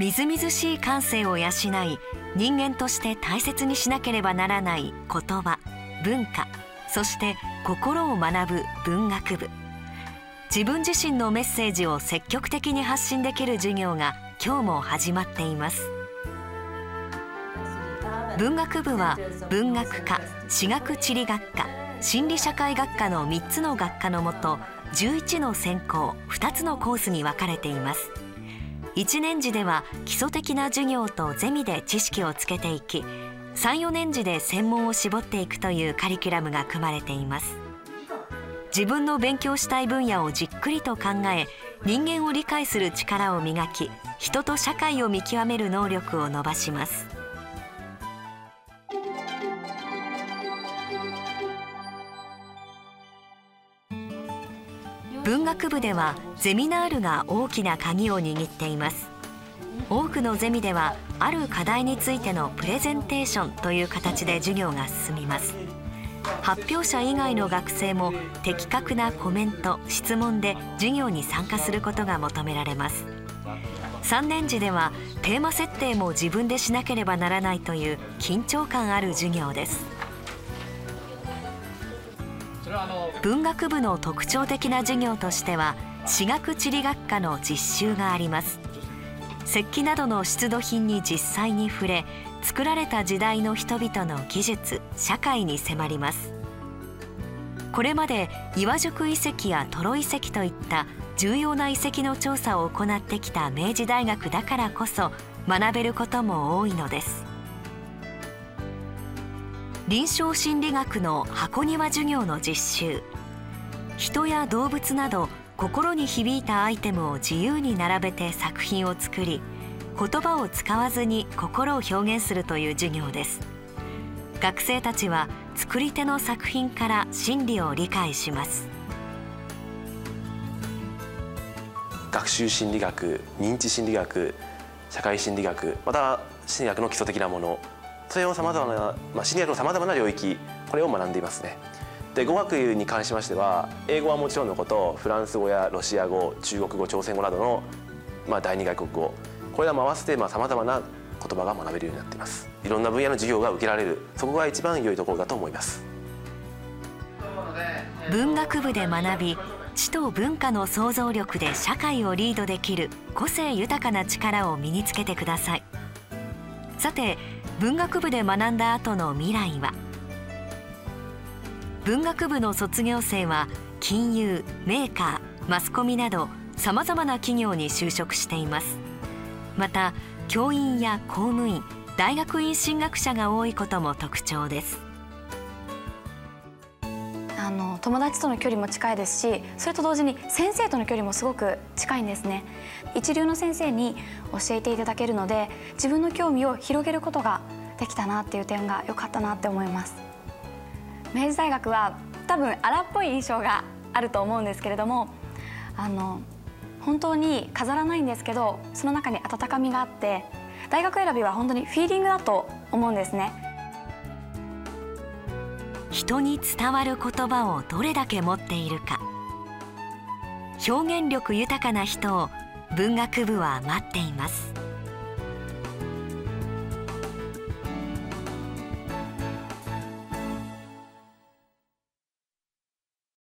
みずみずしい感性を養い、人間として大切にしなければならない言葉、文化、そして心を学ぶ文学部。自分自身のメッセージを積極的に発信できる授業が今日も始まっています。文学部は文学科、史学地理学科、心理社会学科の3つの学科のもと、11の専攻2つのコースに分かれています。1年次では基礎的な授業とゼミで知識をつけていき、3、4年次で専門を絞っていくというカリキュラムが組まれています。自分の勉強したい分野をじっくりと考え、人間を理解する力を磨き、人と社会を見極める能力を伸ばします。文学部ではゼミナールが大きな鍵を握っています。多くのゼミではある課題についてのプレゼンテーションという形で授業が進みます。発表者以外の学生も的確なコメント・質問で授業に参加することが求められます。3年次ではテーマ設定も自分でしなければならないという緊張感ある授業です。文学部の特徴的な授業としては、史学地理学科の実習があります。石器などの出土品に実際に触れ、作られた時代の人々の技術、社会に迫ります。これまで岩宿遺跡やトロ遺跡といった重要な遺跡の調査を行ってきた明治大学だからこそ学べることも多いのです。臨床心理学の箱庭授業の実習。人や動物など心に響いたアイテムを自由に並べて作品を作り、言葉を使わずに心を表現するという授業です。学生たちは作り手の作品から心理を理解します。 学習心理学、認知心理学、社会心理学、また心理学の基礎的なもの、それをさまざまな、心理学のさまざまな領域、これを学んでいますね。で、語学に関しましては、英語はもちろんのこと、フランス語やロシア語、中国語、朝鮮語などの、第二外国語、これらも合わせてさまざまな言葉が学べるようになっています。いろんな分野の授業が受けられる、そこが一番良いところだと思います。 文学部で学び、知と文化の想像力で社会をリードできる個性豊かな力を身につけてください。さて、文学部で学んだ後の未来は。文学部の卒業生は金融、メーカー、マスコミなどさまざまな企業に就職しています。また教員や公務員、大学院進学者が多いことも特徴です。 友達との距離も近いですし、それと同時に先生との距離もすごく近いんですね。一流の先生に教えていただけるので、自分の興味を広げることができたなっていう点が良かったなって思います。明治大学は多分荒っぽい印象があると思うんですけれども、本当に飾らないんですけど、その中に温かみがあって、大学選びは本当にフィーリングだと思うんですね。 人に伝わる言葉をどれだけ持っているか。表現力豊かな人を文学部は待っています。